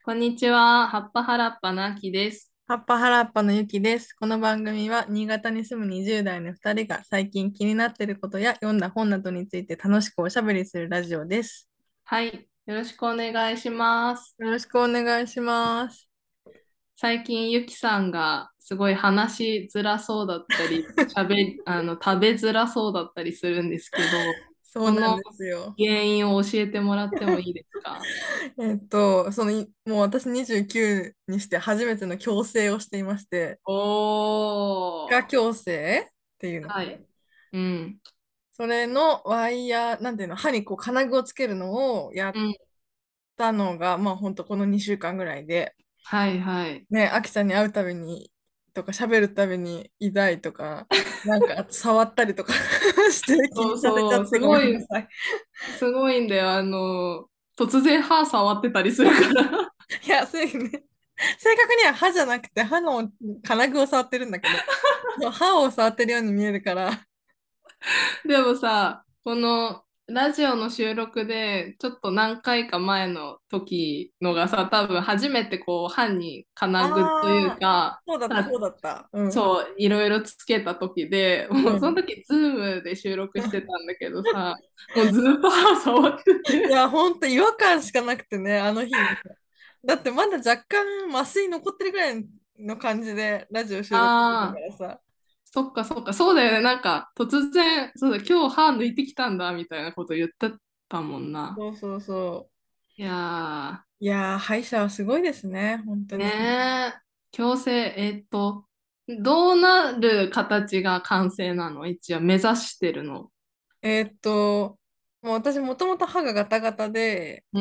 こんにちは。はっぱはらっぱなきです。 はっぱはらっぱのゆきです。この番組は新潟に住む20代の2人が最近気になっていることや読んだ本などについて楽しくおしゃべりするラジオです。 はい。よろしくお願いします。 よろしくお願いします。 最近ゆきさんがすごい話しづらそうだったり、食べづらそうだったりするんですけど、 そうなんこのですよ。 原因を教えてもらってもいいですか？ もう私29にして初めての矯正をしていまして、歯科おー。 矯正っていうのかな。 はい。うん。 それのワイヤー、なんていうの、歯にこう金具をつけるのをやっうん。 たのが、まあ本当この2週間ぐらいで、 はいはい。 ね、アキちゃんに会うたびにとか喋るたびに痛いとか、なんかあと触ったりとかして気そうにされちゃそう。 ってごめんなさい。 すごいんだよ。突然歯触ってたりするから。 いや、そういうね、正確には歯じゃなくて歯の金具を触ってるんだけど、歯を触ってるように見えるから、 でもさ、このラジオの収録で、ちょっと何回か前の時のがさ、多分初めてこう、歯に金具というああ、 か、 そうだった、そうだった。うん。 そう、いろいろつけた時で、もうそのうん。 時、ズームで収録してたんだけどさ、もうずっと歯触ってて、 いや、ほんと違和感しかなくてね、あの日ね。だってまだ若干麻酔残ってるぐらいの感じでラジオ収録してたかああ、 らさ。 そっかそっか、そうだよね。なんか、突然、そうだ、今日歯抜いてきたんだ、みたいなこと言ってたもんな。 そうそうそう。 いやいやー、歯医者はすごいですね、本当ねに。 え、矯正、どうなる形が完成なの？一応目指してるの？ もう私もともと歯がガタガタで、 うん、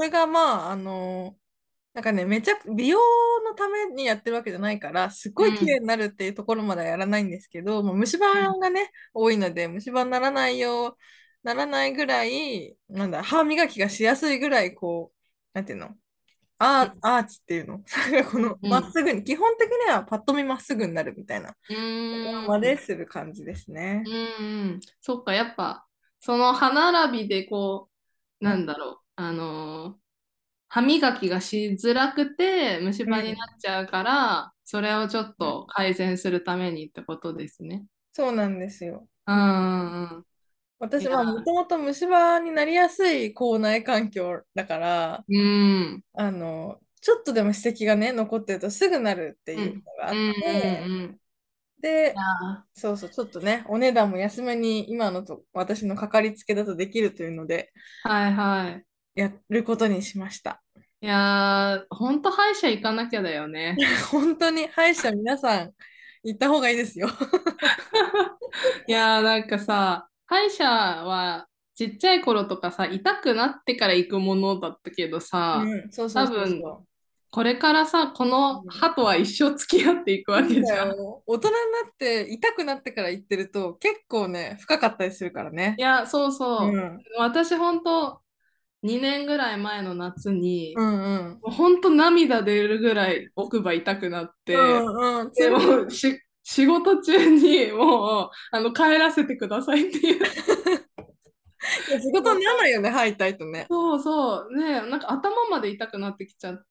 それがまあ、なんかね、めちゃく、美容のためにやってるわけじゃないから、すごい綺麗うん、 になるっていうところまではやらないんですけど、もう虫歯うん、 がね、多いので、虫歯にならないよう、ならないぐらい、なんだ、歯磨きがしやすいぐらい、こう、なんていうの、アーチっていうのこの、 うん、 まっすぐに、基本的にはパッと見まっすぐになるみたいなうところん、 までする感じですね。 うん、そっか、やっぱ、その歯並びでこう、 うん。 なんだろう、歯磨きがしづらくて虫歯になうん。 っちゃうから、それをちょっうん。 と改善するためにってことですね。 そうなんですよ。 うん、うん、い私、 や、 まあ、もともと虫歯になりやすい口内環境だから、 うん、 ちょっとでも歯石がね、残ってるとすぐなるっていううん、 のがあっうん、 て、 うん、うん。いで、 やそうそう、ちょっとね、お値段も安めに今のと私のかかりつけだとできるというので、 はいはい。 やることにしました。 いやー、ほんと歯医者行かなきゃだよね。 本当に歯医者皆さん行った方がいいですよ。 いやー、なんかさ、歯医者はちっちゃい頃とかさ、痛くなってから行くものだったけどさ、 うん、そうそうそう多分、 そこれからさ、こう。 のうん、 歯とは一生付き合っていくわそうだけじゃん。 よ。大人になって痛くなってから行ってると結構ね、深かったりするからね。 いや、そうそう。 うん。 私ほんと2年ぐらい前の夏に、 うんうん。 もうほんと涙出るぐらい奥歯痛くなって、 うんうん。 で辛い。 も仕事中にもう帰らせてくださいっていう。 いや仕事にならないよね、歯痛いとね。 そうそう。ね、なんか頭まで痛くなってきちゃって、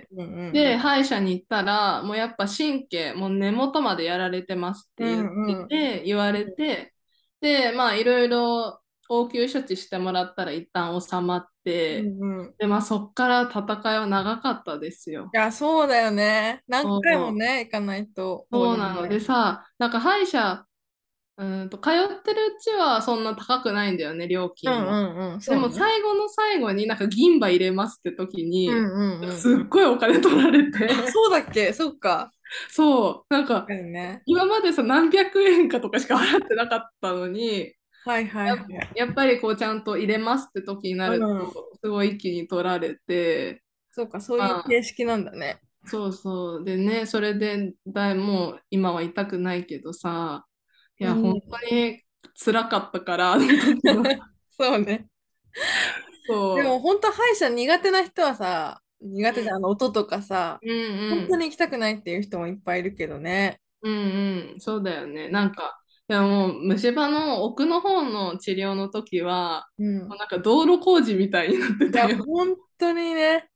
うんうで、 ん歯医者に行ったら、もうやっぱ神経、もう根元までやられてますっうて言ってん。うんて、言われうん。 て、で、まあいろいろ応急処置してもらったら一旦収まっうて、 んうん。 で、まあそっから戦いは長かったですよ。 いや、そうだよね。何回もそう、 ね、行かないと方そうなのでにね。 さ、なんか歯医者、通ってるうちはそんな高くないんだよね、料うん金も。 うんうん。 でもそうね。 最後の最後になんか銀歯入れますって時に、 うんうんうん。 すっごいお金取られて、 あ、そうだっけ、そっか。 そう、なんか確かにね。 今までさ何百円かとかしか払ってなかったのに、 はいはいはや、 い。 やっぱりこうちゃんと入れますって時になうるん。 と、すごい一気に取られて、 そうか、そういうまあ、 形式なんだね。 そうそう。でね、それでもう今は痛くないけどさ、いや、本うん。 当に辛かったから、あの時は。 そうね。でそも本当歯医者苦手な人はさ、苦う。うん、 手じゃん、音とかさ、 うん、うん。 本当に行きたくないっていう人もいっぱいいるけどね。 うんうん、そうだよね。なんか、いやもう虫歯の奥の方の治療の時は、 うん。 もうなんか道路工事みたいになっていや、 たよ。 本当にね。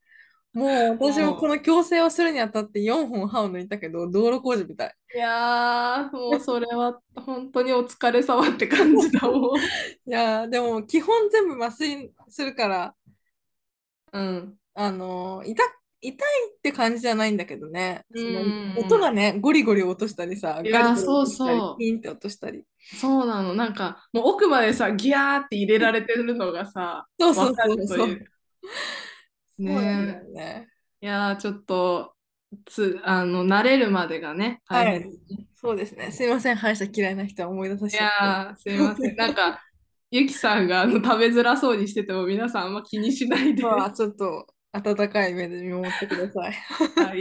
もう私もこもの矯正をするにあたって4本歯を抜いたけど、道路工事みたい。 う、いやー、もうそれは本当にお疲れ様って感じだもん。 いやー、でも基本全部麻酔するから、 うん。 あのー痛、痛いって感じじゃないんだけどね、 うんそのうんうん。 音がね、ゴリゴリ落としたりさ、ガリいやー、 ガリ落そうとしたり、 そピンって落としたり。 う。そうなの。なんか、もう奥までさ、ギャーって入れられてるのがさ、 そうそうわかそうそう。 るという。 そうなんだねよね。 え。いやー、ちょっと、慣れるまでがね、大変。 はい。そうですね。すいません、歯医者嫌いな人は思い出さいせちゃって。 やー、すいません。なんか、ゆきさんが食べづらそうにしてても、皆さんあんま気にしないまあ、 で。 ちょっと温かい目で見守ってください。 はい。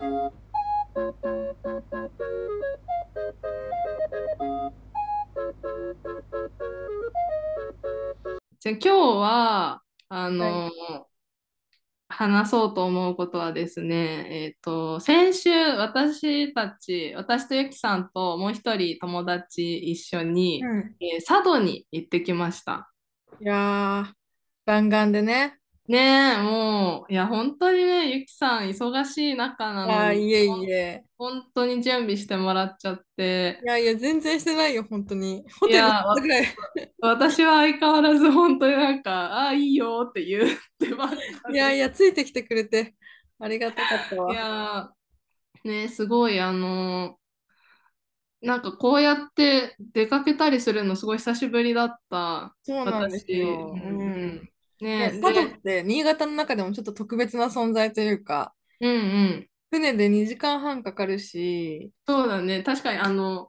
じゃあ今日は、あはい。 の話そうと思うことはですね、先週私とゆきさんともう一人友達一緒に、 うん。 佐渡に行ってきました。 いやー、弾丸でね。 ねえ、もう、いや、本当にね、ゆきさん忙しい中なのああ、 に、 いえいえ。 本当に準備してもらっちゃって、 いやいや、全然してないよ、本当に。ホテル行いや、 ったぐらい。 私は相変わらず本当になんか、ああ、いいよって言ってばっかで。 いやいや、ついてきてくれて、ありがたかったいわ。 やね、すごい、なんかこうやって出かけたりするのすごい久しぶりだったそうなんです私。 よ。ううんうん。 ん。ね、 ね、佐渡で、 って新潟の中でもちょっと特別な存在というか、 うんうん。 船で2時間半かかるし、 そうだね。確かに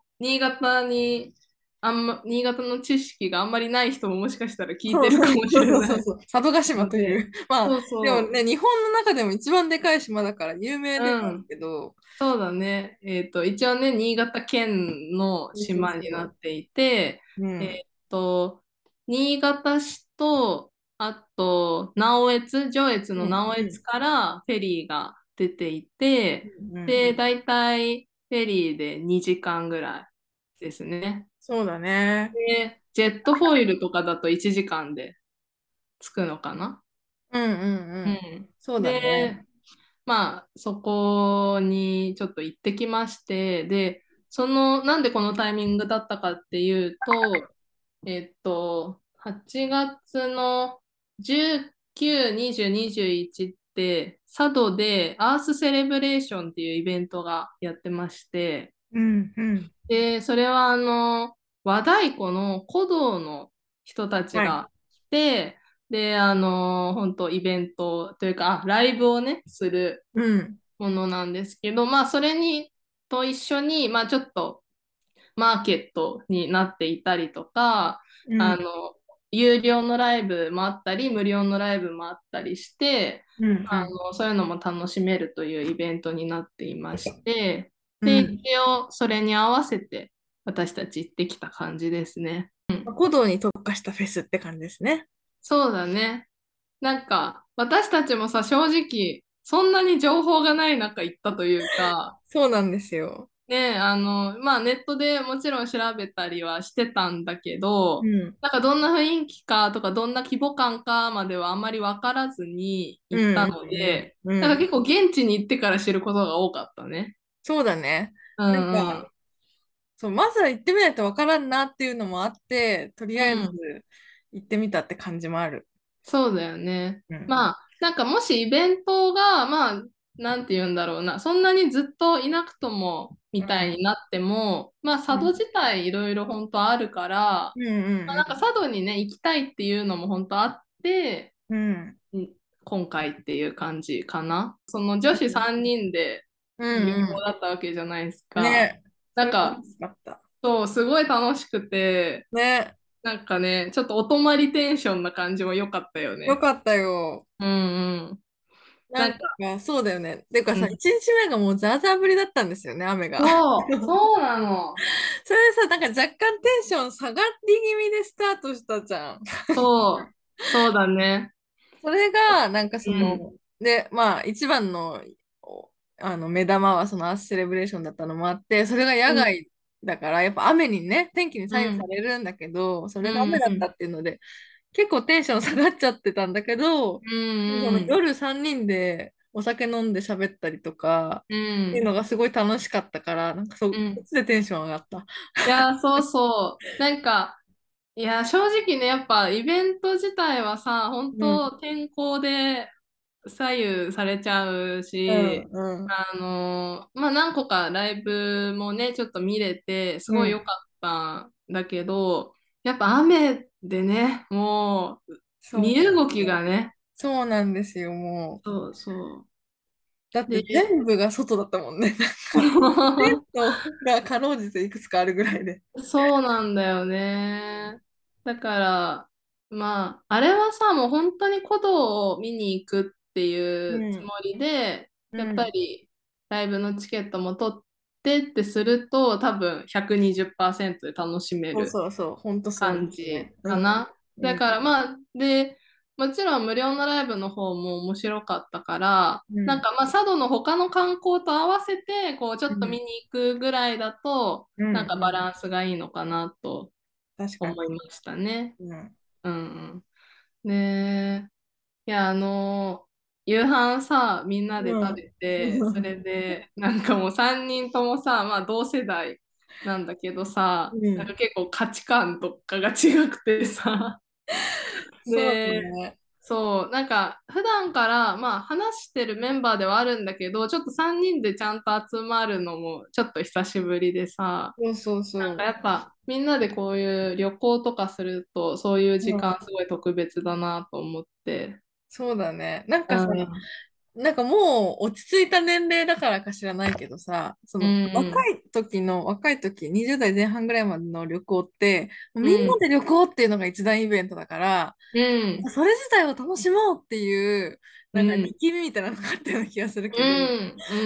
新潟の知識があんまりない人ももしかしたら聞いそうそうてるかもしそうれないそうそう、佐渡島ので、 という。まあ、 そうそでもね、日本の中でも一番でかい島だから有名う。 ではあるうん。 けど、 そうだね。一応ね、新潟県のそうそう島になそっていて、 う。うえん。 新潟市と、あと、直江津、上越のうん直江津うんからフェリーが出ていて、 うんで、だいたいフェリーで2時間ぐらいですね。 そうだね。 で、ジェットフォイルとかだと1時間で着くのかな。 うんうんうん。 うん。 そうだね。 で、まあ、そこにちょっと行ってきまして、で、なんでこのタイミングだったかっていうと、8月の19、20、21って、佐渡でアースセレブレーションっていうイベントがやってまして、 うんうん。 で、それは和太鼓の鼓童の人たちはい。 が来て、で、本当イベントというか、ライブをね、するうん。 ものなんですけど、まあ、それに、と一緒に、まあ、ちょっと、マーケットになっていたりとか、 うん。 あの、有料のライブもあったり、無料のライブもあったりして、 うん。 そういうのも楽しめるというイベントになっていまして、で、一うん。 応、それに合わせて、私たち行ってきた感じですね。 古道に特化したフェスって感じですね。 そうだね。なんか、私たちもさ、正直、そんなに情報がない中行ったというか、 そうなんですよ。 ね、まあネットでもちろん調べたりはしてたんだけど、 うん。 なんかどんな雰囲気かとかどんな規模感かまではあんまり分からずにうん。 行ったのうん。 で、 うん。 なんか結構現地に行ってから知ることが多かったね。 そうだね。 うなんか、 んうん。 そう、まずは行ってみないとわからんなっていうのもあって、とりあえずうん。 行ってみたって感じもある。 そうだよね。 うん。 まあ、なんかもしイベントが、まあ、なんて言うんだろうな、そんなにずっといなくともみたいうん。 になっても、まあ、佐渡うん。 自体いろいろ本当あるから、 うんまあ、なんか佐渡にね、行きたいっていうのも本当あって、 うん。 うん今回っていう感じかな。その女子3人でう旅行ん。 だったわけじゃないですうん。 か。 ね。それも楽なんか、 しかった。 そう、すごい楽しくて、 ね。 なんかね、ちょっとお泊まりテンションな感じも良かったよね。 よかったよ。 うんうん。 なんなんか、 か、そうだよね。ていうかさ、 うん。 1日目がもうザーザー降りだったんですよね、雨が。 そう、そうなの。 それでさ、なんか若干テンション下がり気味でスタートしたじゃん。 そう、そうだね。 それが、なんかうん。 で、まあ、一番の、目玉はそのアースセレブレーションだったのもあって、それが野うん。 外だから、やっぱ雨にね、天気に左右さうん。 れるんだけど、そうれが雨だったん。 っていうので、 結構テンション下がっちゃってたんだけど、 うそのん夜3人でお酒飲んで喋ったりとか、 うん。 っていうのがすごい楽しかったから、なんかそう、 うん。 こっちでテンション上がった。 いや、そうそう。なんか、いや、正直ね、やっぱイベント自体はさ、本うん、 当天候で左右されちゃううん、 し、 うん。 まあ何個かライブもね、ちょっと見れて、すうん。 ごい良かったんだけど、やっぱ雨でね、もう、 そう、 身動きがね、 そうなんですよ、もう。 そうそだっう。で、 て全部が外だったもんね。なんか、テントがかろうじていくつかあるぐらいで。 そうなんだよね。だから、まあ、あれはさ、もう本当に古道を見に行くってういうつん、 もりで、やっぱうん。 りライブのチケットも取ってってすると、多分120%で楽しめそうるそうそう、ほんとそうで感すね。 じうん、 かな。だうん、 からまあ、で、もちろん無料のライブの方も面白かったから、 うん、 なんかまあ佐渡の他の観光と合わせて、こうちょっと見うん、 に行くぐらいだと、 うん、 なんかバうん。 ランスがいいのかなと確かに。 思いましたね。 うん。 うんうん。ねえ、いや、夕飯さ、みんなで食うん。 べて、それで、なんかもう3人ともさ、まあ同世代なんだけどさ、 うん。 なんか結構価値観とかが違くてさ、 そうだで、 ね。 そう、なんか普段からまあ話してるメンバーではあるんだけど、ちょっと3人でちゃんと集まるのもちょっと久しぶりでさ、 そうそうなんかそやっぱみんなでこういう旅行とかすると、そういうう。うん。 時間すごい特別だなと思って。 そうだね。なんかさ、 うん。 なんかもう落ち着いた年齢だからか知らないけどさ、そうのん。 若い時、20代前半ぐらいまでの旅行って、もううん。 みんなで旅行っていうのが一大イベントだから、 うん。 それ自体を楽しもうっていう、なんかうん。 力みみたいなのがあったような気がするうけど、 ん。うん。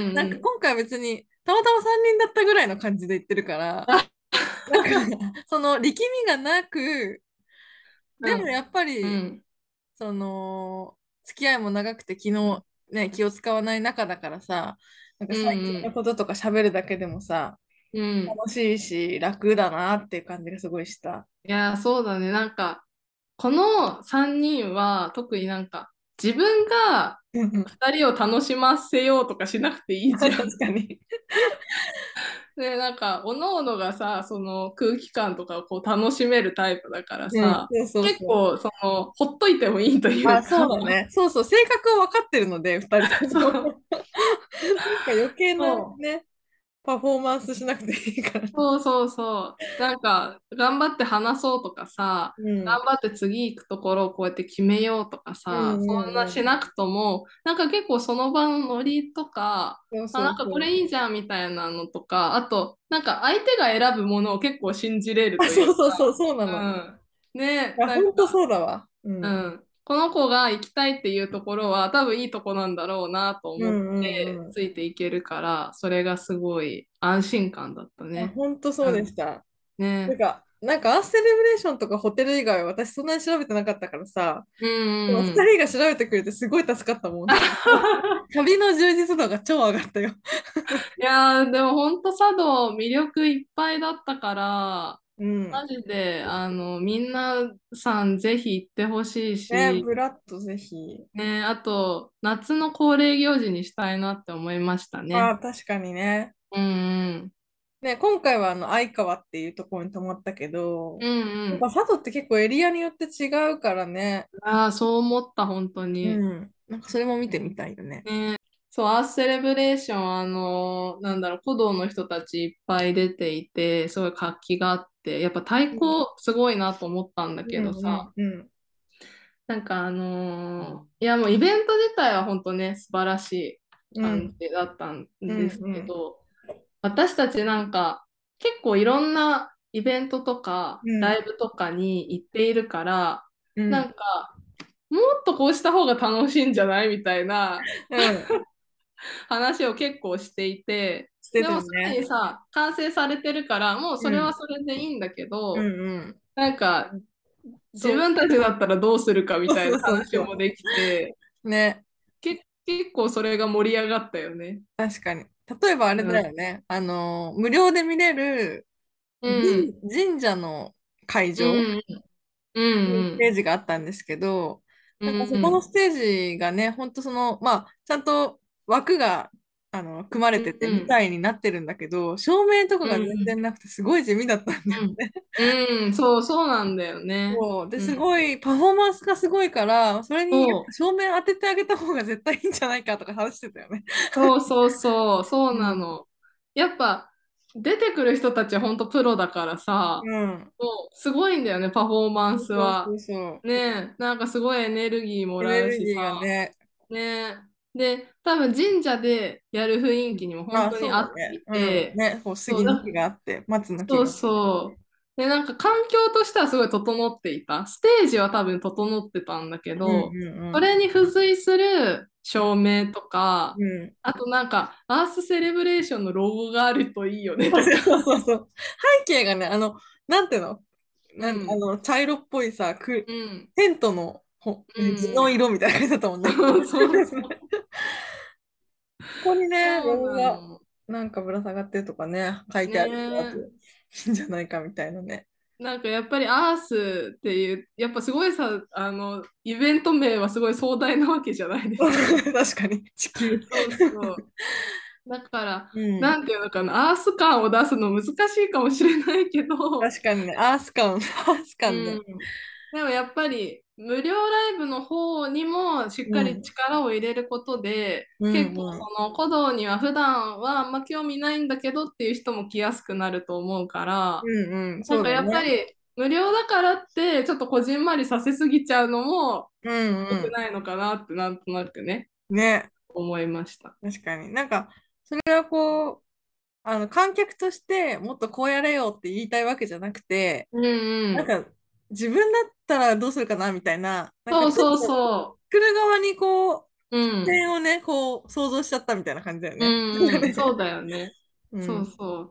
なんか今回は別にたまたま3人だったぐらいの感じで言ってるから、 あ、 なんかその力みがなく、 うん。 でもやっぱり、 うん。 その、付き合いも長くて昨日ね、気を使わない仲だからさ、なんかう最近のん。 こととか喋るだけでもさ、 うん。 楽しいし楽だなっていう感じがすごいした。 いやー、そうだね。なんか、この3人は特になんか、自分がうんうん。 2人を楽しませようとかしなくていいじゃん。 確かに。 で、なんか、おのおのがさ、その空気感とかをこう楽しめるタイプだからうん、 さ、 そうそうそう。 結構、ほっといてもいいといあ、 うか、 そうだね。そうそう、性格を分かってるので、二人とも。 そう、 なんか余計なそうね、パフォーマンスしなくていいから。 そうそうそう。なんか、頑張って話そうとかさ、 うん。 頑張って次行くところをこうやって決めようとかさ、 うんうそんなんうん。 しなくとも、なんか結構その場のノリとか、 そうあ、なんかこそうそう。 れいいじゃんみたいなのとか、あと、なんか相手が選ぶものを結構信じれるあ、 というそうそうそう、 か、 そうなの。 うん。ね、 あ、 なん本当か、 そうだわ。うん。 うん。この子が行きたいっていうところは多分いいとこなんだろうなと思っうんうんうてついていけるから、それがすごい安心感だったん。あ、 ね。 本当そうでしうん。 た。なんね。 か、なんかアースセレブレーションとかホテル以外は私そんなに調べてなかったからさ、 うんでも二うんうん。 人が調べてくれてすごい助かったもん。旅の充実度が超上がったよ。 いやー、でも本当茶道魅力いっぱいだったから、 うん。 マジで、みんなさんぜひ行ってほしいね、 し、 ブラッとぜひ。 ね、あと、夏の恒例行事にしたいなって思いましたね。 ああ、確かにね。 うんうん。 ね、今回は相川っていうところに泊まったけど、 うんうん。 やっぱ佐渡って結構エリアによって違うからね。 ああ、そう思った、本当に。 うん。なんかそれも見てみたいよね。 ね、そう、アースセレブレーション、古道の人たちいっぱい出ていて、すごい活気があって、やっぱ太鼓うんすごいなと思ったんだけどうんさ、 うんなんかいやもうイベント自体は本当ね、素晴らしいうん感じだったんうんですうんけど、私たちなんか結構いろんなイベントとかうんライブとかに行っているから、 うんなんかもっとこうした方が楽しいんじゃないみたいなうん話を結構していて、 してでもさらたよね。 にさ、完成されてるから、もうそれはうんそれでいいんだけど、 うんうん。 なんか自そう分たちだったらどうするかみたいなそうそうそうそ話もできて、 う。ね、 結構それが盛り上がったよね。 確かに。例えばあれうん。 だよね。無料で見れるうん。 神社の会う場ん。 うスんテージがあったんですけど、 うん。 なんかそこのうんステージがね、本当その、まあ、ちゃんと枠が組まれてて舞うん台になってるんだけど、照明とかが全うん然なくてすごい地味だったんだようんね。 うん、そうそうなんだよね。 そう。で、 うん、 すごい、パフォーマンスがすごいから、それにやっぱそう照明当ててあげた方が絶対いいんじゃないかとか話してたよね。 そうそうそう、そううん。 なの。やっぱ出てくる人たちは本当プロだからさ、 うん。 もうすごいんだよね、パフォーマンスそうそは。 うそう。 ねえ、なんかすごいエネルギーもエネらうしさ、 ルギーがね。 ねえ。で、多分神社でやる雰囲うん。 気にも本あ、 当にそうだね。 合っていうん。 て、 ね、こうそう、 杉の木があって、松の木そうがあって。 そう。で、なんか環境としてはすごい整っていた。ステージは多分整ってたんだけうんど、そうんれに付随するうん。 照明とか、 うん。 あとなんか、アースセレブレーションのロゴがあるといいよねとか。 そうそうそう。背景がね、なんていうのうん。 茶色っぽいさ、 うん。 テントのう地のん。 色みたいな感じだったもんね。 そうそうそう。 ここにね、 そうロゴがなの。 なんかぶら下がってるとかね、書いねてあると、あと、いえ。 いんじゃないかみたいなね。 なんかやっぱりアースっていう、やっぱすごいさ、イベント名はすごい壮大なわけじゃないですか。 確かに、地球。 そうそう。だから、 うん。 なんていうのかな、アース感を出すの難しいかもしれないけど、 確かにね、アース感、アースう感ね。 ん。でもやっぱり、無料ライブの方にもしっかりうん。 力を入れることで、 うん結構うん。 その古道には普段はあんま興味ないんだけどっていう人も来やすくなると思うから、 うんうん、 なんかやっぱそうだね。 り無料だからってちょっとこじんまりさせすぎちゃうのもうん良くうないのかなってなんとなくね、 ん。ね、 思いました。 確かに。なんか、それはこう、観客としてもっとこうやれよって言いたいわけじゃなくて、 うんうん。 なんか、自分だったらどうするかなみたいな、なんかちょっそうそうと、 そ来る側にこう、 う。う視ん。 点をね、こう、想像しちゃったみたいな感じだようね。 んうん。そうだよね。そううん。 そう。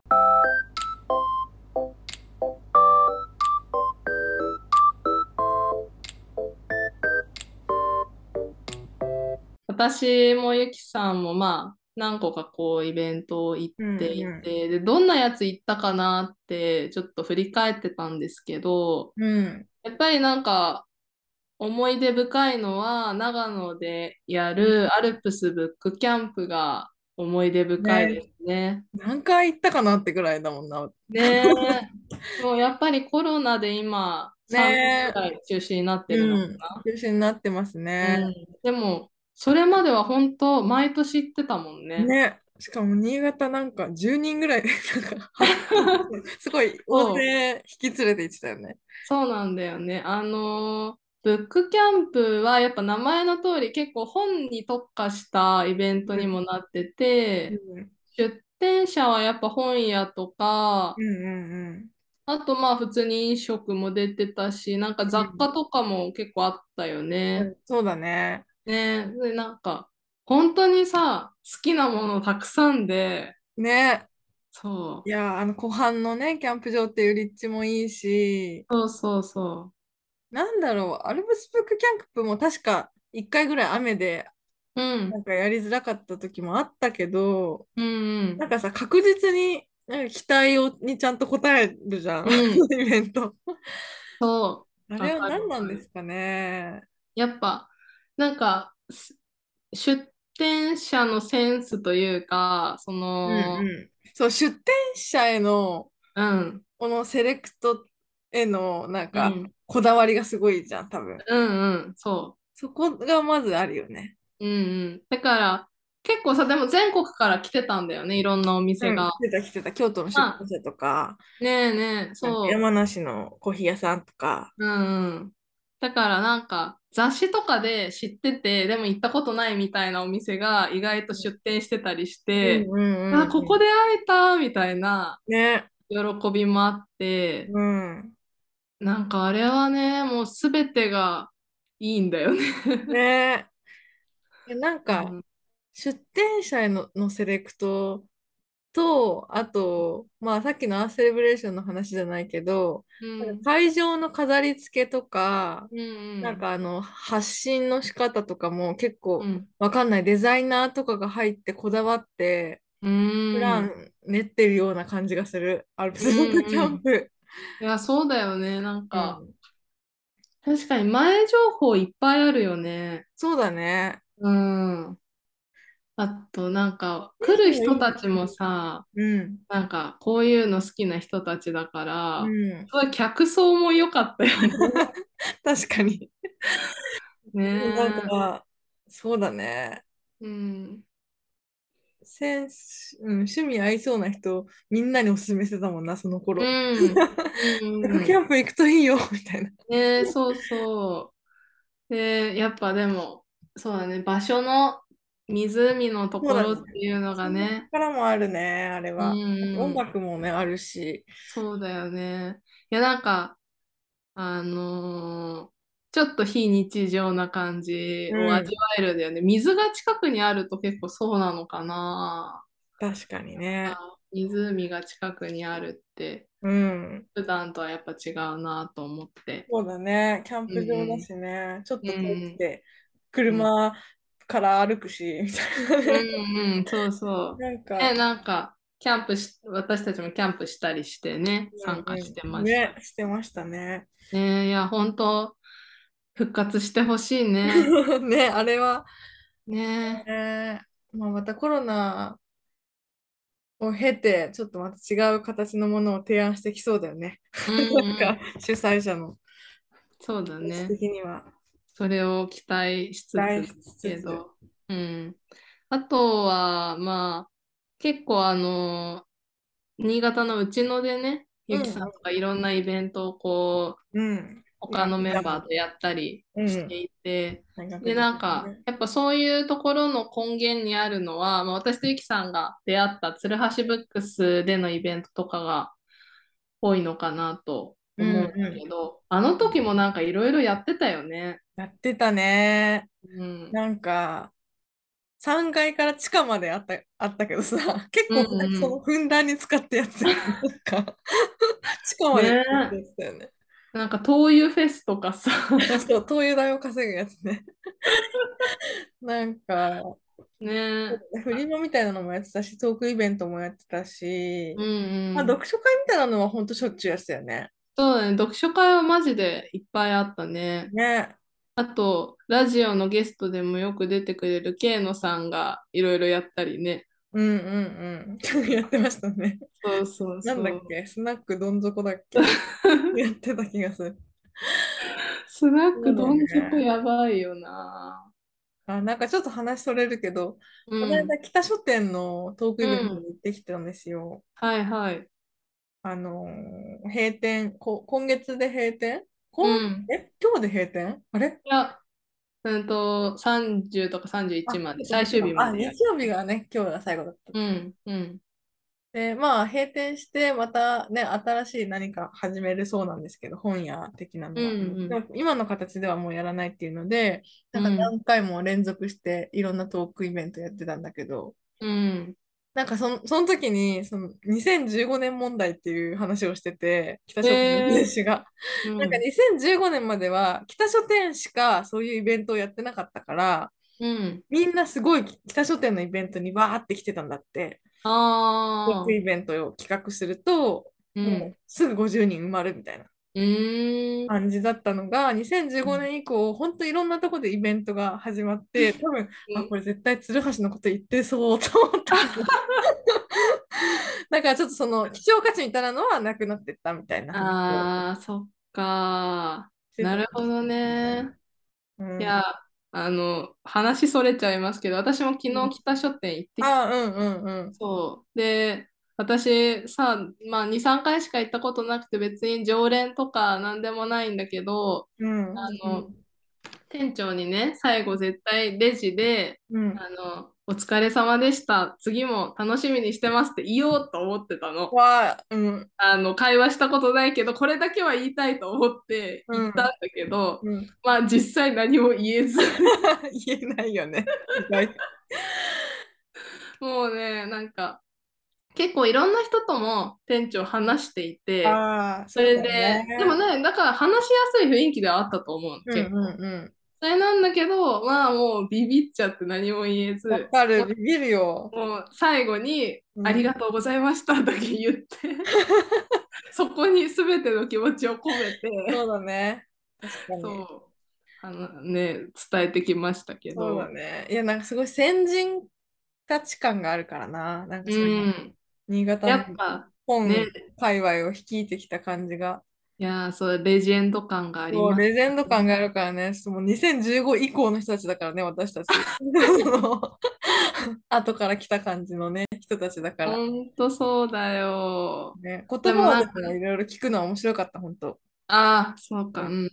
私もゆきさんもまあ何個かこうイベントを行っうんていうて、で、どんなやつ行ったかなってちょっと振り返ってたんですけど、 ん。うん。 やっぱりなんか思い出深いのは長野でやうんるアルプスブックキャンプが思い出深いね、 ですね。 何回行ったかなってぐらいだもんな。 ねえ。もうやっぱりコロナで今3年ぐねらい中止になってるのかうん。 な。 中止になってますね。 うん。でも、それまでは本当毎年行ってたもんね。 ね。しかも新潟なんか10人ぐらいで、なんかすごい大そう。 勢引き連れて行ってたよね。 そうなんだよね。ブックキャンプはやっぱ名前の通り結構本に特化したイベントにもなってうて、 ん。 出店者はやっぱ本屋とか、 うんうんうん。 あとまあ普通に飲食も出てたし、なんか雑貨とかも結構あったよね。 うん、そうだね。 ね。で、なんか本当にさ、好きなものたくさんで、 ね。いそう、 や、湖畔のね、キャンプ場っていう立地もいいし、 そうそうそなんだろう、アルプスブックキャンプも確か1回ぐらい雨で、 う。うん、 なんかやりづらかった時もあったけど、 うん、 なんかさ、確実になんか期待にちゃんと応えるじゃん、 うん、うん、 イベント。 そあう、わかるれは何なんわかる。 ですかね。 やっぱ、なんか、出店者のセンスというか、そうんの、 うん。そう、出店者への、 うん、 このセレクトへの、なんか、 うん、 こだわりがすごいじゃん、多分。 うん、うん、そそこがまずあるよね。 う、うん、うん。だから、結構さ、でも全国から来てたんだよね、いろんなお店うん、 が。 来てた来てた。京都の出あ、 版社とか、 ねえねえ、 なんかそ山梨のコーヒー屋さんとか。 う、うん、うん。だからなんか、雑誌とかで知ってて、でも行ったことないみたいなお店が意外と出店してたりしうんて、 うんあ、 うんうん。 ここで会えたみたいなね。 喜びもあって、 うん。 なんかあれはね、もうすべてがいいんだよね。 ね。なんか、 うん。 出店者へのセレクトと、あと、まあさっきのアースセレブレーションの話じゃないけど、なんかうん。 会場の飾り付けとか、 うん。 なんか発信の仕方とかも結構うん。 わかんないデザイナーとかが入ってこだわってうん。うん。 プラン練ってるような感じがする。アルプうスロックキャンん。 プ。 いや、そうだよね。なんか、 うん。 確かに前情報いっぱいあるよね。 そうだね。 うん。あと、なんか、来るいい人もい人たちもるし。 さ、 うん。 なんか、こういうの好きな人たちだかうら、 ん。 すごい客層も良かったよね。 確かに。 ねなんえ。 か、そうだね。 うん。 趣味合いそうな人、みんなにおすすめしてたもんな、そのう頃。 ん。うなんかん。うん。 キャンプ行くといいよ、みたいな。 ねえ、そうそう。で、やっぱでも、そうだね、場所の湖のとこそうだね。 ろっていうのそのがね、 力もあるね、あれうは。音ん、 楽もね、あるし。 そうだよね。いや、なんか、ちょっと非日常な感じうを味ん。 わえるんだよね。水が近くにあると結構そうなのかな。 確かにね。 湖が近くにあるって、 うん。 普段とはやっぱ違うなと思って。 そうだね。キャンうプ場だん、 しね。ちょっうと遠くん、 て、 うん、 車から歩くし、みたいなうね。 ん、うん、そうそなんう。ね、 か、 なんか、私たちもキャンプしたりしてね、参加してうんうん。 ました。 ね、してましたね。 ね、いや、本当復活してほしいね。 ね、あれは、 ね、 まあ、またコロナを経て、ちょっとまた違う形のものを提案してきそうだよね。 うなんか、 んうん、 主催者のそうだ私ね。 的には。 それを期待しつつだ期待しつつ。 けど、うん。あとは、まあ、結構新潟のうちのでね、ゆきさんうんとかいろんなイベントをこう、 うん。うん。やっ他のメンてたので。 バーとやったりうん。 していて、で、 大学でなんか、 ね。 やっぱそういうところの根源にあるのは、まあ、私とゆきさんが出会った鶴橋ブックスでのイベントとかが多いのかなとう思うんだんうけど、あの時もなんかいろいろやってたよね。 ん。やってたね。 うん。 なんか、3階から地下まであったけどさ、結うん構そのうん。 ふんだんに使ってやってたよね。なんか、地下まで使ってやねってたよね。 え。なんか灯油フェスとかさ。 そう、灯油代を稼ぐやつね。なんか、 ねえ。 フリマみたいなのもやってたし、トークイベントもやってたし、 うんまあ、 うん。 読書会みたいなのはほんとしょっちゅうやってたよね。 そうだね。読書会はマジでいっぱいあったね。 ね。 あと、ラジオのゲストでもよく出てくれるケイノさんがいろいろやったりね。 うんうんうん。やってましたね。 そうそうなんだっそう。 けスナックどん底だっけやってた気がする。 スナッそうだクどん底ね。 やばいよな。 あ、なんかちょっと話それるけど、このうん。 間北書店のトークイベントにうん。 行ってきたんですよ。 はいはい。 閉店、今月で閉店うん。 今日で閉店あれいや、30とか31 あ、 まで、 そっかそ最終日っか。あ、 までやる。 日曜日がね、今日が最後だった。 うん。うん。 で、まあ、閉店して、またね、新しい何か始めるそうなんですけど、本屋的なうん。 のは。 うん。 でも今の形ではもうやらないっていうので、なんかうん。 何回も連続していろんなトークイベントやってたんだけど、 うん。 なんかその時に、その2015年問題っていう話をしてて、北書店の店え主が。なんかうん。 2015年までは北書店しかそういうイベントをやってなかったから、 うん。 みんなすごい北書店のイベントにバーって来てたんだって。トークああ。 イベントを企画すると、もううん。 すぐ50人埋まるみたいなうーん。 感じだったのが、2015年以降、本当いろんなところでイベントが始まって、多分、あ、これ絶対鶴橋のこと言ってそうと思ったけど、だからちょっとその希少価値みたいなのはなくなってったみたいな話をああ、そっか。 してたんですなるほどけどね。 ね。 うん。 いや、話それちゃいますけど、私も昨うん。 日北書店行ってきて、 あ、うんうんうん。 そう。で、私さ、まあ2、3回しか行ったことなくて別に常連とかなんでもないんだけど、 うん。 あの、店長にね、最後絶対レジで、 うん。 お疲れ様でした。次も楽しみにしてますって言おうと思ってたの。 うん。 会話したことないけど、これだけは言いたいと思ってうん。 言ったんだけど、 うん。 まあ実際何も言えず、 言えないよね。意外と。 もうね、なんか結構いろんな人とも店長話していて、 ああ、 そそうだよれで、でもね。 ね、だから話しやすい雰囲気ではあったと思うの、 うん結構。 うんうん。 それなんだけど、まあもうビビっちゃって何も言えず、 わかる、ビビるよ。 もう最後にうん。 ありがとうございましただけ言って、そこに全ての気持ちを込めて、 そうだね。 確かに。 そう、ね、伝えてきましたけそうだど、 ね。いや、なんかすごい先人たち感があるからな。なんかうそういうん、 新潟やのっぱね、 本界隈を率いてきた感じが。 いやー、そう、レジェンド感がありそう、 ますレジェンド感ね。 があるからね、もう2015以降の人たちだからね、私たち。その後から来た感じのね、人たちだから。 ほんとそうだよ。 ね、言でもなんか、 葉をでもいろいろ聞くのは面白かった、本当。 ああ、そうか、 うん。 うん、うん。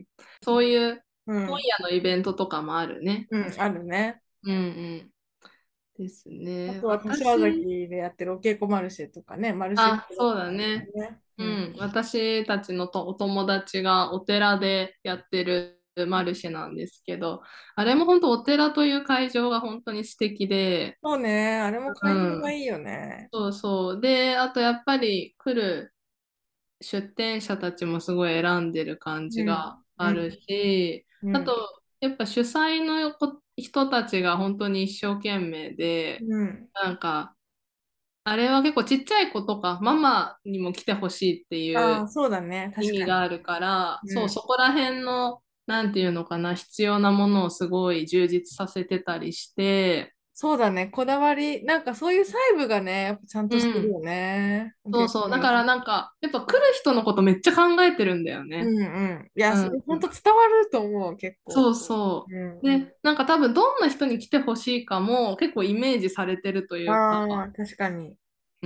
そういううん。 本屋のイベントとかもあるね。 うん、 確かあるね。 に。うん、うん。ですね。 あとは柏崎私、 でやってるお稽古マルシェとかね、マルシェあ、そうだね。 ね。うん。 うん、私たちのお友達がお寺でやってるマルシェなんですけど、あれも本当お寺という会場が本当に素敵で、 そうね、あれもう会場がん、 いいよね。 そうそう。で、あとやっぱり来る出店者たちもすごい選んでる感じうん。 があるうん。 し、 うん。 あと、やっぱ主催の人たちが本当に一生懸命で、 うん。 なんか、あれは結構ちっちゃい子とかママにも来てほしいっていうああ、そうだね、 意確かに。 味があるから、そう、 うん。 そこら辺の、なんていうのかな、必要なものをすごい充実させてたりして、 そうだね、こだわり、なんかそういう細部がね、やっぱちゃんうん、 としてるよね。 そうそう。だからなんか、やっぱ来る人のことめっちゃ考えてるんだよね。 うんうん。いや、そうん、 れ本当伝わると思う、結構。 そうそうん。 う。で、なんか多分どんな人に来てほしいかも結構イメージされてるというか、 ああ、確かに。 うん。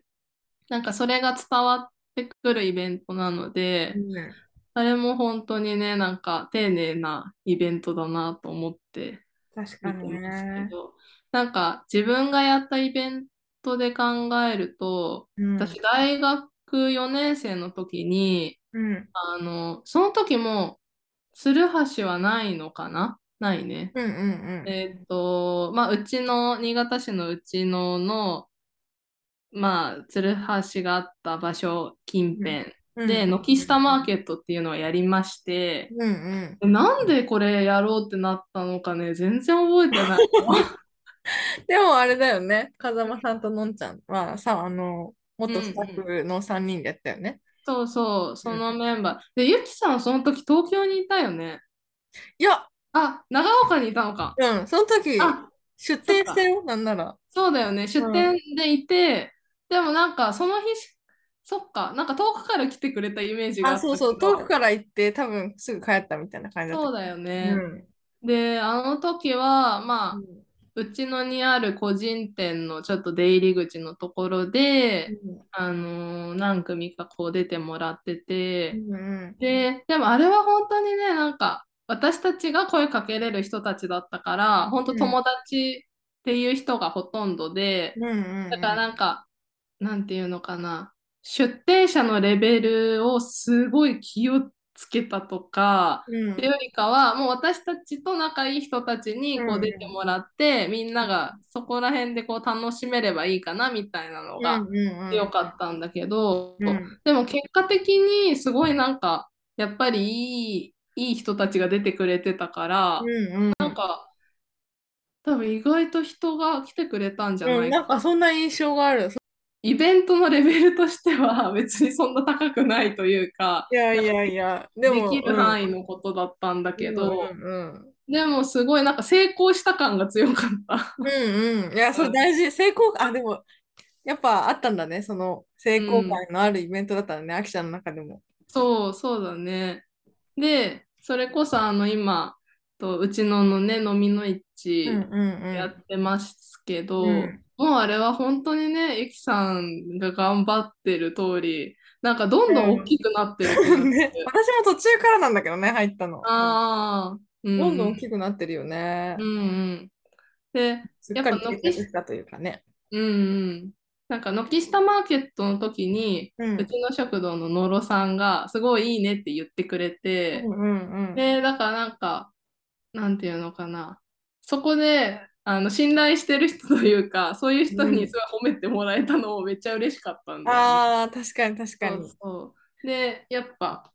なんかそれが伝わってくるイベントなので、 うん。 あれも本当にね、なんか丁寧なイベントだなと思って確かに見てますけね。 ど、なんか自分がやったイベントで考えると、 うん。 私大学4年生の時に、 うん。 その時も、ツルハシはないのかなないね。 うんうんまあ、新潟市のの、まあ、ツルハシがあった場所近うん。 辺うん。 で、軒下マーケットっていうのをやりまして、 うんうん。 なんでこれやろうってなったのかね、全然覚えてない。 でもあれだよね。風間さんとのんちゃんはさ、 うん元スタッうん。 フの3人でやったよね。 そうそう、そうん。 のメンバー。で、ゆきさんその時東京にいたよね。 いや、 あ、長岡にいたのか。 うん、その時、 あ、 出そっか。 店したよ、なんなら。 そうだよね。出うん。 店でいて、でもなんかその日そっか、なんか遠くから来てくれたイメージがあ、 あったそうそう、遠くけど、 から行って、多分すぐ帰ったみたいな感じだった。 そうだよね。 うん。 で、あの時は、まあ、 うん。 うちのにある個人店のちょっと出入り口のところで、 うん何組かこう出てもらってて、 うんうんでもあれは本当にね、なんか私たちが声かけれる人たちだったから、本当うん友達っていう人がほとんどで、 うんだからうんなんか、なんていうのかな、出店者のレベルをすごい気をつけたとか、 うんっていうよりかは、もう私たちと仲いい人たちうにこう出てんもらって、みんながそこら辺でこう楽しめればいいかなみたいなのがうんうん強かったんだけど、 うんでも結果的にすごいなんか、やっぱりいい人たちが出てくれてたから、 うんうんなんか多分意外と人が来てくれたんじゃうん、 ないかな。 なんかそんな印象がある。 イベントのレベルとしては別にそんな高くないというか、 いやいやいや、でも、 できるうん。 範囲のことだったんだうんけど、 うんでもすごいなんか成功した感が強かった。 うんうん。いや、それうん大事。成功、あ、でも、やっぱあったんだね。その成う功ん、 感のあるイベントだったんだね。アキちゃんの中でも。 そうだね。で、それこそ今、うちのね、飲みの市うんうんやってますけうん。うど、 ん。 もうあれは本当にね、ゆきさんが頑張ってる通り、なんかどんどん大きくなってる気がすね、 る。 私も途中からなんだけどね、入ったの。 ああ、うんうん、 どんどん大きくなってるよね。 うんうん。で、 すっかやっぱり定着したというかね。 うんうん。なんか軒下マーケットの時に、 うん。 うちの食堂の野呂さんがすごいいいねって言ってくれて、 うんうんで、だからなんか、なんていうのかな。そこで、信頼してる人というか、そういううん。 人にすうん。 ごい褒めてもらえたのもめっちゃ嬉しかったんだよね。 ああ、確かに確かそうに。 そう。で、やっぱ、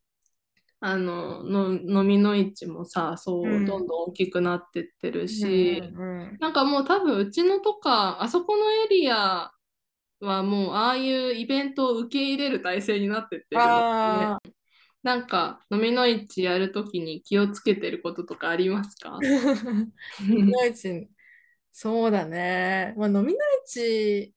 飲みの市もさ、そう、どんうん。 どん大きくなってってるうんし、 うんなんかもう多分うちのとか、あそこのエリアはもうああいうイベントを受け入れる体制になってってうん。 るのね。 ああ、 なんか、飲みの市やるときに気をつけてることとかありますか？ 飲みの市、そうだね。まあ、飲みの市、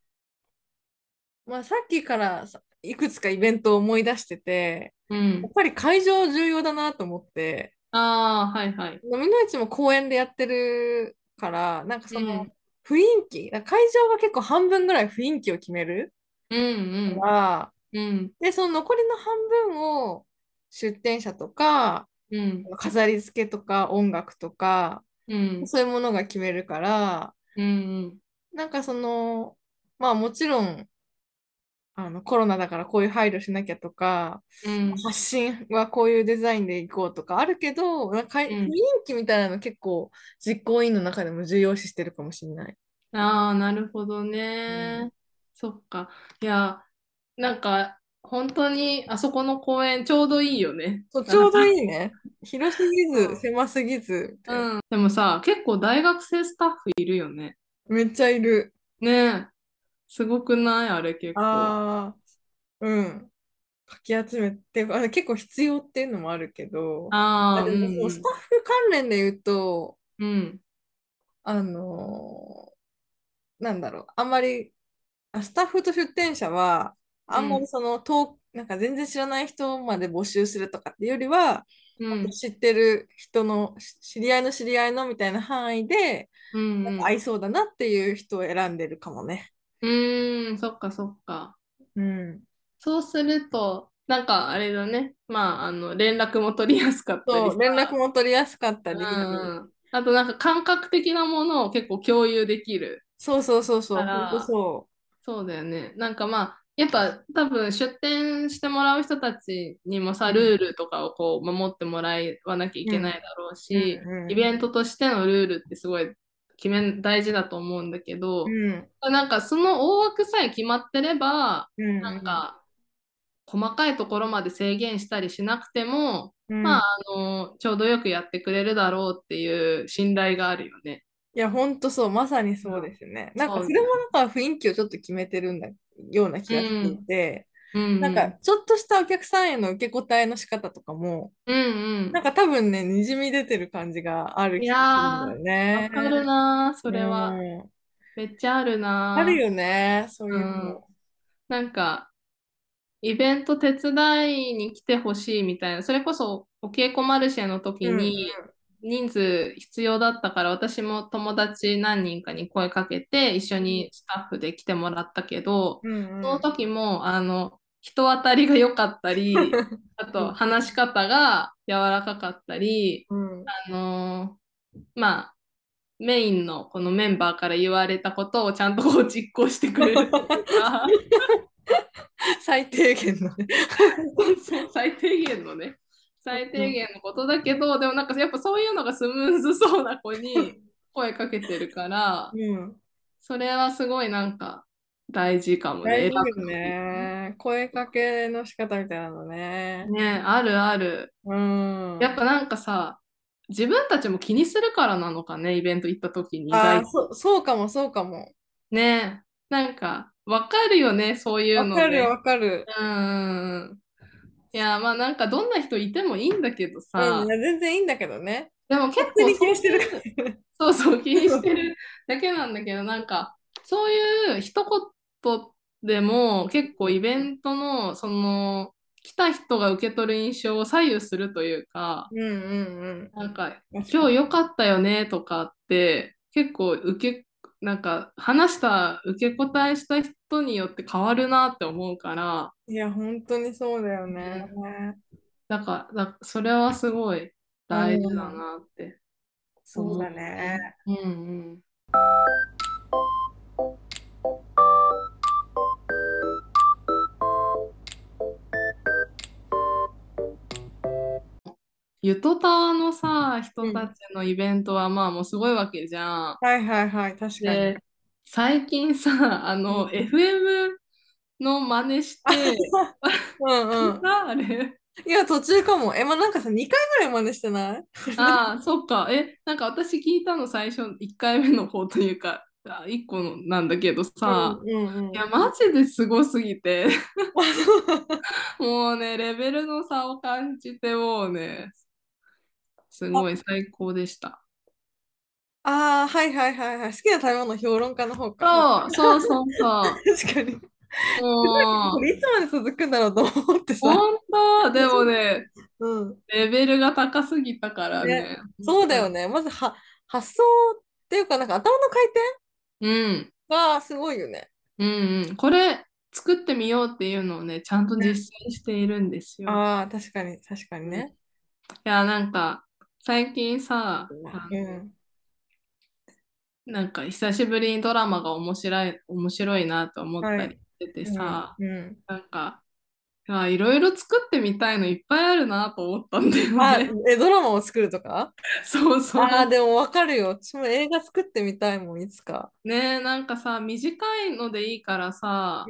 まあ、さっきからいくつかイベントを思い出してて、 うん。 やっぱり会場重要だなと思って、 ああ、はいはい。 飲みの市も公園でやってるから、なんかそのうん。 雰囲気、会場が結構半分ぐらい雰囲気を決めるうんうかん。 ら、 うん。 で、その残りの半分を出店者とか、 うん。 飾り付けとか音楽とか、 うん。 そういうものが決めるから、 うん。 なんかその、まあもちろん、コロナだからこういう配慮しなきゃとか、 うん。 発信はこういうデザインでいこうとかあるけど、なんか雰囲うん。 気みたいなの結構実行委員の中でも重要視してるかもしれない。 ああ、なるほどうん、 ね。そっか。いや、なんか、本当にあそこの公園ちょうどいいよね。 そう、ちょうどなんか、 いいね。広すぎず、狭すぎず、みたいな。 うん。でもさ、結構大学生スタッフいるよね。 めっちゃいる。 ねえ。すごくないあれ結構。 ああ、うん。かき集めて、結構必要っていうのもあるけど、 ああ、うでもそうスタんッフ関連で言うと、 うん。うん。 あのなんだろう、あんまり、スタッフと出店者は、あんまりうん。 その、なんか全然知らない人まで募集するとかっていうよりは、 うん。 知ってる人の、知り合いの知り合いのみたいな範囲で、 うん。 なんか合いそうだなっていう人を選んでるかもね。 うん。うーん、そっかそっか。 うん。 そうすると、なんかあれだね。まあ、連絡も取りやすかったりさ。 そう、連絡も取りやすかったうり、 ん。あとなんか感覚的なものを結構共有できるそうそうそうそう、ほんとから、 そそうだよね。なんかまあ、やっぱ多分出店してもらう人たちにもさ、 う。うん、 ルールとかをこう守ってもらわなきゃいうん、 けないだろううん、 し、イうん、 ベントとしてのルールってすごい大事だと思うんだけうど、 ん、 なんかその大枠さえ決まってれば、 うん、 なんか細かいところまで制限したりしなくても、 うん。 まあ、 うん。 ちょうどよくやってくれるだろうっていう信頼があるよね。 いや、ほんとそう、まさにうん、 そうですね。なんか、それもそうだよ。 なんか雰囲気をちょっと決めてるような気うがしていん、 て、 うん、 なんか、ちょっとしたお客さんへの受け答えの仕方とかも、 うん、うん。 なんか多分ね、にじみ出てる感じがあるい気がするんだやよー、わかるね。 なー、そうれは。 ん。 めっちゃあるなあるよね、そうー。ういうん。 の。 なんか、イベント手伝いに来てほしいみたいな、それこそお稽古マルシェの時うんに人数必要だったから私も友達何人かに声かけて一緒にスタッフで来てもらったけど、 うん。 そのうん。 時も人当たりが良かったり、あうん。 と話し方が柔らかかったり、 うん。 まあメインのこのメンバーから言われたことをちゃんとこう実行してくれるっていうか、 最低限のね。 そう、最低限のね、最低限のことだけど、でもなんかやっぱそういうのがスムーズそうな子に声かけてるから、 うん。 それはすごいなんか大事かもね、選大事よぶときに。 ね。声かけの仕方みたいなのね。 ね、あるある。 うん。 やっぱなんかさ、自分たちも気にするからなのかね、イベント行った時に意ああ、 外と。 そうかも、そうかも。 ね、なんかわかるよね、そういうわかる、 ので。 わかる。 うん。いや、まあなんかどんな人いてもいいんだけどうん、いさ、 や全然いいんだけどね。 でも結勝手構そうに気にしてるかいう、 らね。 そうそう気にしてるだけなんだけど、なんかそういう一言でも結構イベントのその来た人が受け取る印象を左右するというか、 うんうんなんかうん。確かに。 今日良かったよねとかって結構なんか話した受け答えした人によって変わるなって思うから、 いや、本当にそうだよね。 うん、それはすごいう大事だん。 なって思そうだね。 うね。うんうん。ゆとたわのさ、人たうん。 ちのイベントはまあもうすごいわけじゃん。 はいはいはい、確かに。 で、最近さ、 うん。 FM の真似して、 うんうん。 あれ。 いや、途中かも。まあ、なんかさ、2回ぐらい真似してない？ ああ、そっか。なんか私聞いたの最初、1回目の方というか、 一個のなんだけどさ、 うんうんうん。 いや、マジですごすぎて、もうね、レベルの差を感じて、もうね、すごい最高でした。 ああ、はいはいはいはい。好きな食べ物評論家の方か。 そうそうそうそ確かに。 う。 こもう、 れいつまで続くんだろうと思ってさ。 本当、でもね、 うん。 レベルが高すぎたからね、 ね、本当に。 そうだよね。まず発想っていうか、なんか頭の回転うん、 がすごいよね。 うんうん。これ作ってみようっていうのをね、ちゃんとね。 実践しているんですよ。 ああ、確かに、確かにうん、いね。 や、なんか、最近さ、 うん。 なんか久しぶりにドラマが面白いなと思ったりはい。 しててうん。 さ、 うん。 なんか、いろいろ作ってみたいのいっぱいあるなと思ったんだよあ、 ね。 ドラマを作るとか。 そうああー、 そでもわかるよ。私も映画作ってみたいもん、いつか。 う。ねえ、なんかさ、短いのでいいからさ、 うん。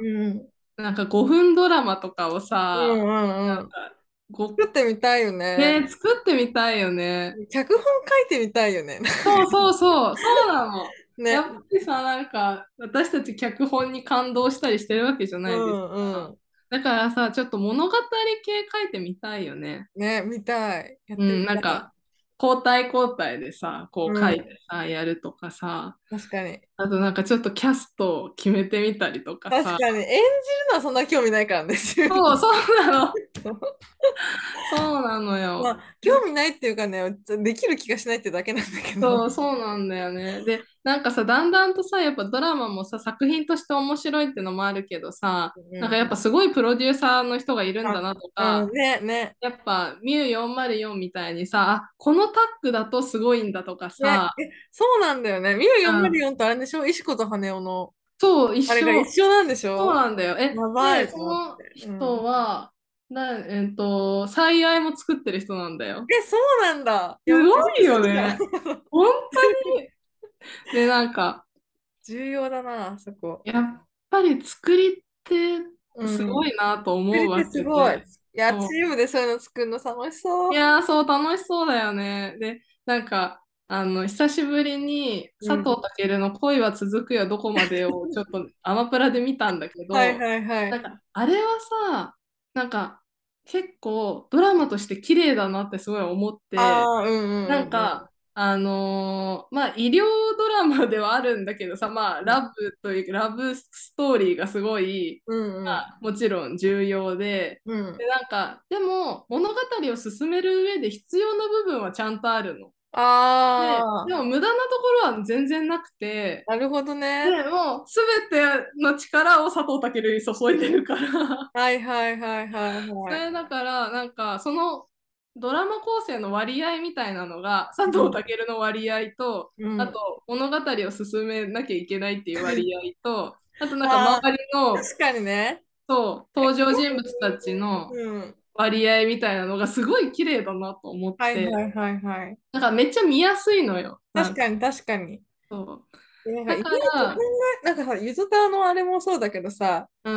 なんか5分ドラマとかをうんさ、 うんうん。 なんか、ご、 作ってみたいよね。 ねえ、作ってみたいよね。 脚本書いてみたいよね。 そうそうそう、そうなの。やっぱね。 りさ、なんか、私たち脚本に感動したりしてるわけじゃうないですか。 んうん。 だからさ、ちょっと物語系書いてみたいよね。 ね、見たい。やっうん、 てみたい。 なんか、交代交代でさ、こう書いうん。 てさ、やるとかさ、 確かに。 あとなんかちょっとキャストを決めてみたりとかさ、 確かに。演じるのはそんな興味ないからね、自分そう、そうなの。そうなのまよ。 あ、興味ないっていうかね、できる気がしないってだけなんだけど。 そう、そうなんだよね。で、なんかさ、だんだんとさ、やっぱドラマもさ、作品として面白いってのもあるけどさ、なんかやっうん。 ぱすごいプロデューサーの人がいるんだあ、 なとか、 うん、ね、ね、 やっぱミュー404みたいにさ、あ、このタッグだとすごいんだとかね。 さ、 そうなんだよね。ミューうん、 404とあれでしょ、石子と羽男の、 そう、一あれが緒、 一緒なんでしそうょ。 なんだよ。 やばで、 いと思っそのて。うん。 人は、最愛も作ってる人なんだよ。 そうなんだ。いや、めっすごいちゃ好きじゃん。 よね。本当に。で、なんか、 重要だな、そこ。 やっぱり作りってうん。 すごいなと思作り手うわすごい。 けで。 いや、チそうームでそういうの作るの楽しそう。 いやー、そう、楽しそうだよね。で、なんか、久しぶりに佐藤うん。 健の恋は続くよ、どこまでをちょっとアマプラで見たんだけはいど、 はいはい。 なんか、あれはさ、なんか、結構ドラマとして綺麗だなってすごい思って、 ああ、うんうんうんうん。 まあ、医療ドラマではあるんだけどさ、まあ、ラブというか、ラブストーリーがすごい、 うんうん。 まあ、もちろん重要うん。 で、なんか、でも、物語を進める上で必要な部分はちゃんとあるの。でああ、 も無駄なところは全然なくて、 なるほどね。 でもう、すべての力を佐藤健に注いでるからはいはいはいはいそはい。 れだから、なんか、そのドラマ構成の割合みたいなのが、佐藤うん。 健の割合と、 うん。 あと、物語を進めなきゃいけないっていう割合と、あと、なんか、 ああ、 周りの、 確かにね。 そう、登場人物たちのうん。 割合みたいなのがすごい綺麗だなと思っはいはて、 いはいはい。 なんかめっちゃ見やすいのよ。なんか、 確かに確かに。 そう。 なんか意だか外と考ら、 なんかさ、ゆずたのあれもそうだけどさ、 うん、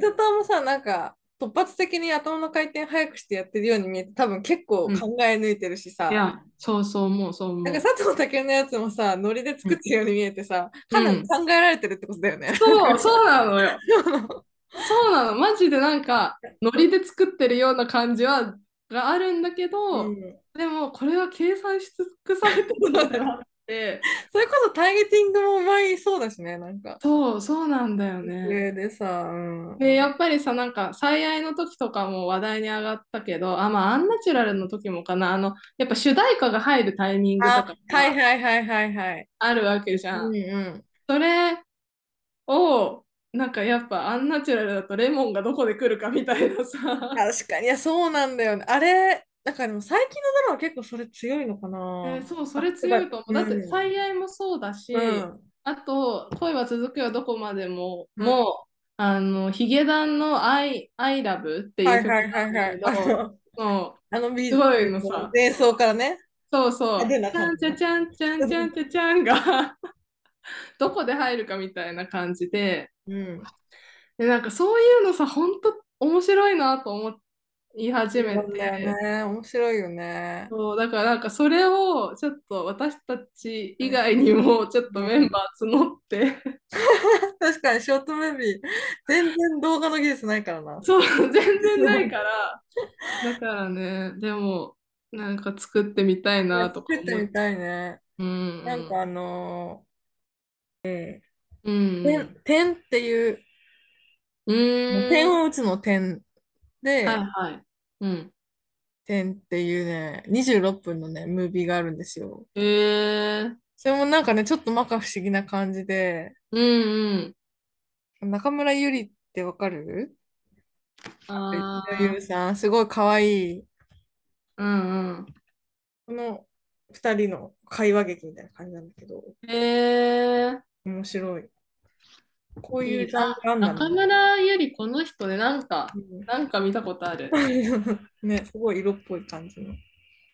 ゆずたもさ、なんか突発的に頭の回転早くしてやってるように見えて、多分結構うん。 考え抜いてるしさ、 いや、そうそう思う、そうなんか思佐藤健のやつもさ、ノリでう。うん。 作ってるように見えてさ、かなりうん。 考えられてるってことだよね。 そう、そうなのよ。そうなの。マジでなんか、ノリで作ってるような感じがあるんだけど、 うん。 でも、これは計算し尽くされてるそうだね。 んだなって、 それこそターゲティングもうまいそうだしね、なんか。 そう、そうなんだよね。 でさ、うん。 で、やっぱりさ、なんか、最愛の時とかも話題に上がったけど、まあ、アンナチュラルの時もかな、やっぱ主題歌が入るタイミングとかあ、はいがはいはいはいはい。 あるわけじうんゃん。 うん。 それを、なんかやっぱアンナチュラルだとレモンがどこで来るかみたいなさ。 確かに、いや、そうなんだよね。あれ、なんかでも最近のドラマ結構それ強いのかな。 そう、それあ、だから、 強いと思う。だって、 うん。 最愛もそうだうし、 ん。 あと、恋は続くよ、どこまでも、 うん。 ヒゲダンのI Love っていう曲はいはいはいはい。 なんだけど、もあのう、すごいのさ、 前奏からね、 そうそう、 派手なちゃんちゃ感じの。 ちゃんちゃんちゃんちゃちゃんがどこで入るかみたいな感じで、 うん。 なんかそういうのさ、本当面白いなと思って、 言い始めなんだよて、 ね。面白いよね。 そう、だからなんかそれをちょっと私たち以うん。 外にもちょっとメンうん。 バー募って、 確かにショートムービー、全然動画の技術ないからな。 そう、全然ないから、だからね、でもなんか作ってみたいいや、 なとか作って思って、 みたいね。 うんうん。うんうん。 点っていう、 うーん。 点を打つの点はいで、 はい。うん。 点っていうね、26分のね、ムービーがあるんですよ。 えー。 それもなんかね、ちょっと摩訶不思議な感じで、 うんうん。 中村ゆりってわかる？女優あさん、すごい可愛い、 あ、うんうこの二人の会話劇みたいな感じなんだけど、 ん。えー。 面白い。こういいいうジャンルあんな。 だな。 中村ゆり、この人でなんか、 うん。 なんか見たことある。 ね、すごい色っぽい感じの。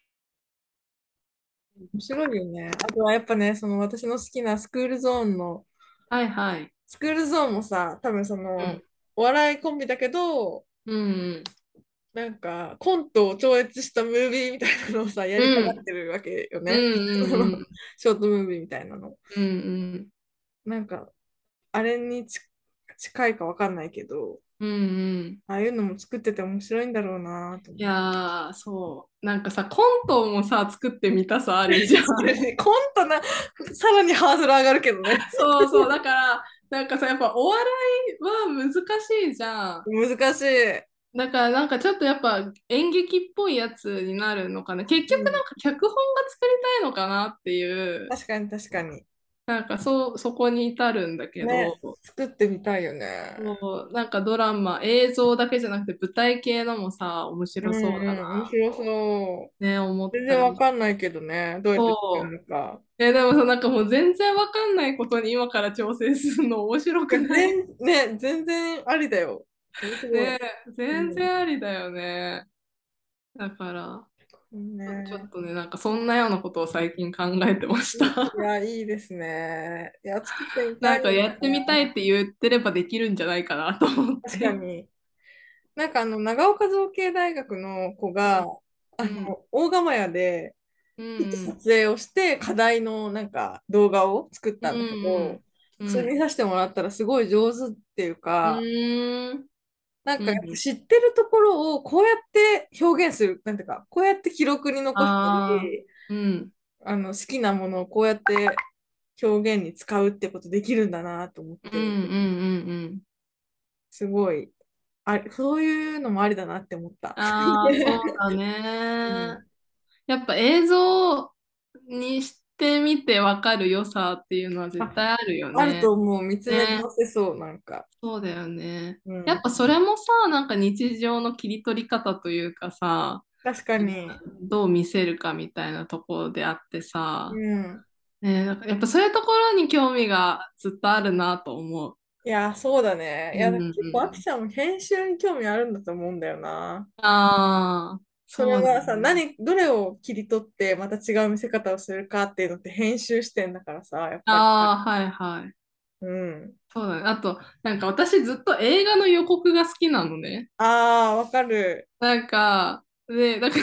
面白いよね。あとはやっぱね、その私の好きなスクールゾーンの、 はいはい。 スクールゾーンもさ、多分その、 うん。 お笑いコンビだけど、 うんなんかコントを超越したムービーみたいなのをさ、やうん。 りたがっうん。 てるわけよね。 うんうんうん。 ショートムービーみたいなの。 うんうん。 なんか、あれに近いかわかんないけど、 うんうん。 ああいうのも作ってて面白いんだろうなと思いって。 やー、そう。なんかさ、コントもさ、作ってみたさあるじゃん。 確かにコントな、さらにハードル上がるけどね。 そうそう。だから、なんかさ、やっぱお笑いは難しいじゃん。 難しい。 だからなんかちょっとやっぱ演劇っぽいやつになるのかな。結局なうん。 んか脚本が作りたいのかなっていう、 確かに確かに。 なんかそこに至るんだけね、 ど、 作ってみたいよね。 そうなんかドラマ、映像だけじゃなくて舞台系のもさ、面うん白そうだなうん、面白とそう。 ね、思っ全然わたり。 かんないけどね、どうやって作そるのか。 う。でもさ、なんかもう全然わかんないことに今から挑戦するの面白いやくない？ ね、全然ありだよ。面白ね、 い。 全うん。 然ありだよね。だから、ちょっね、 とね、なんかそんなようなことを最近考えてました。 いや、いいですね。いや、作ってみなんかたいよね。 やってみたいって言ってればできるんじゃないかなと思って。 確かに。なんか長岡造形大学の子が、 うん、 大釜屋で、 う一撮ん、 影をして課題のなんか動画を作っうん、 たんだけど、 うん、 それ見させてもらったらすごい上手っていううか、 ん、 なんかやっぱうん。 知ってるところをこうやって表現する、なんていうか、こうやって記録に残したああ、 り、 うん、 好きなものをこうやって表現に使うってことできるんだなと思っうん、うん、 て、 うん、うん。 すごい、そういうのもありだなって思った。 ああ、そうだうん。 ね。やっぱ映像にしてみてわかる良さっていうのは絶対あ、 あるよあるとね。 思う。見つめ直ね。 せそう、なんか。 そうだよね。 うん。 やっぱそれもさ、なんか日常の切り取り方というかさ、 確かに。 どう見せるかみたいなところであってうさ、 ん。 ね、なんかやっぱそういうところに興味がずっとあるなと思う。 いや、そうだね。いや、 うんう結構、アキん。 ちゃんも編集に興味あるんだと思うんだよな。 ああ、 それそうだはさ、 ね。 どれを切り取ってまた違う見せ方をするかっていうのって編集視点だからさ、やっぱり。 ああ、はいはい。 うん。 そうだね。あと、なんか私ずっと映画の予告が好きなのね。 ああ、わかる。 なんか、で、だから、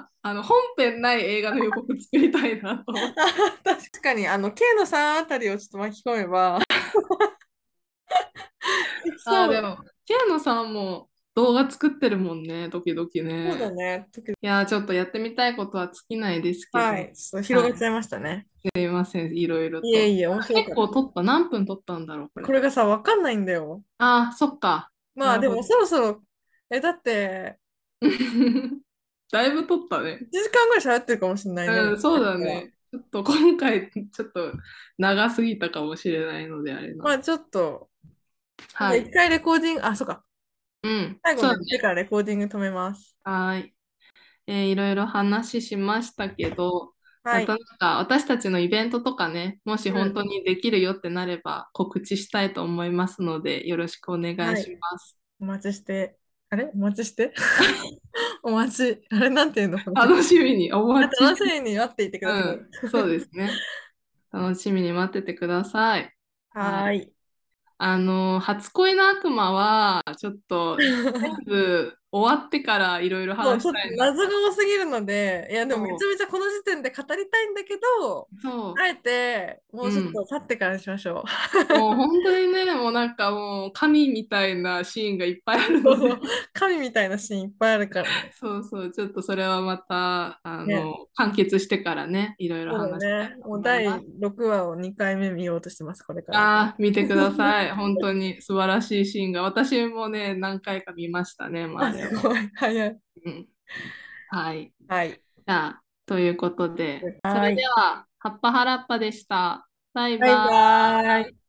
本編ない映画の予告作りたいなと思って。 確かに、K の3あたりをちょっと巻き込めば、できああ、 そう。 でも、ケイノさんも動画作ってるもんね、時々 そうだね。 ね。 いやー、ちょっとやってみたいことは尽きないですけど、 はい。ちょっと広はい。 がっちゃいましたね。 すいません、いろいろと。 いえいえ、面白かっ結構撮った、何分撮ったんだろう、こた。これ。 れがさ、わかんないんだよ。 ああ、そっか。 まあ、でもなるほど。 そろそろ、だって、 だいぶ撮ったね。 1時間ぐらい喋ってるかもしれないね。 うん、そうだから、 だね。ちょっと今回、ちょっと長すぎたかもしれないので、あれな。 まあ、ちょっと、じゃあはい。 一回レコーディング、あ、そうか。 うん、 最後そうだね。 に言ってからレコーディング止めます。 はい。いろいろ話しましたけど、 はい。 またなんか私たちのイベントとかね、もしうん。 本当にできるよってなれば告知したいと思いますので、よろしくお願いはい。 します。 お待ちして、あれお待ちしてお待ち。あれなんていうのこの時。 楽しみにお待ち。 楽しみに待っていてください。 うん、そうですね。楽しみに待っててください。はい。 はーい。 初恋の悪魔は、ちょっと全部終わってからいろいろそう、ち話しょっとたいな。 謎が多すぎるので、いや、でもめちそゃめちゃこの時点で語りたいんだけど、 う、そあえて、もう、 うちょっうん。 と経ってからにしましょう。 もう本当にね、もうなんかもう神みたいなシーンがいっぱいあるので、 そうそう、神みたいなシーンいっぱいあるからね。 そうそう、ちょっとそれはまた、 ね、 完結してからね、いろいろそうだ話したいね。 ともう第思います。 6話を2回目見ようとしてます、これから。 ああ、見てください。本当に素晴らしいシーンが、私もね、何回か見ましたね、まあ、 あ、 あれは。 すごい、早い。 うん。はい。じはい。 ゃあ、ということで、それではい。 は、葉っぱはらっぱでした。バイバイバーイ。 バーイ。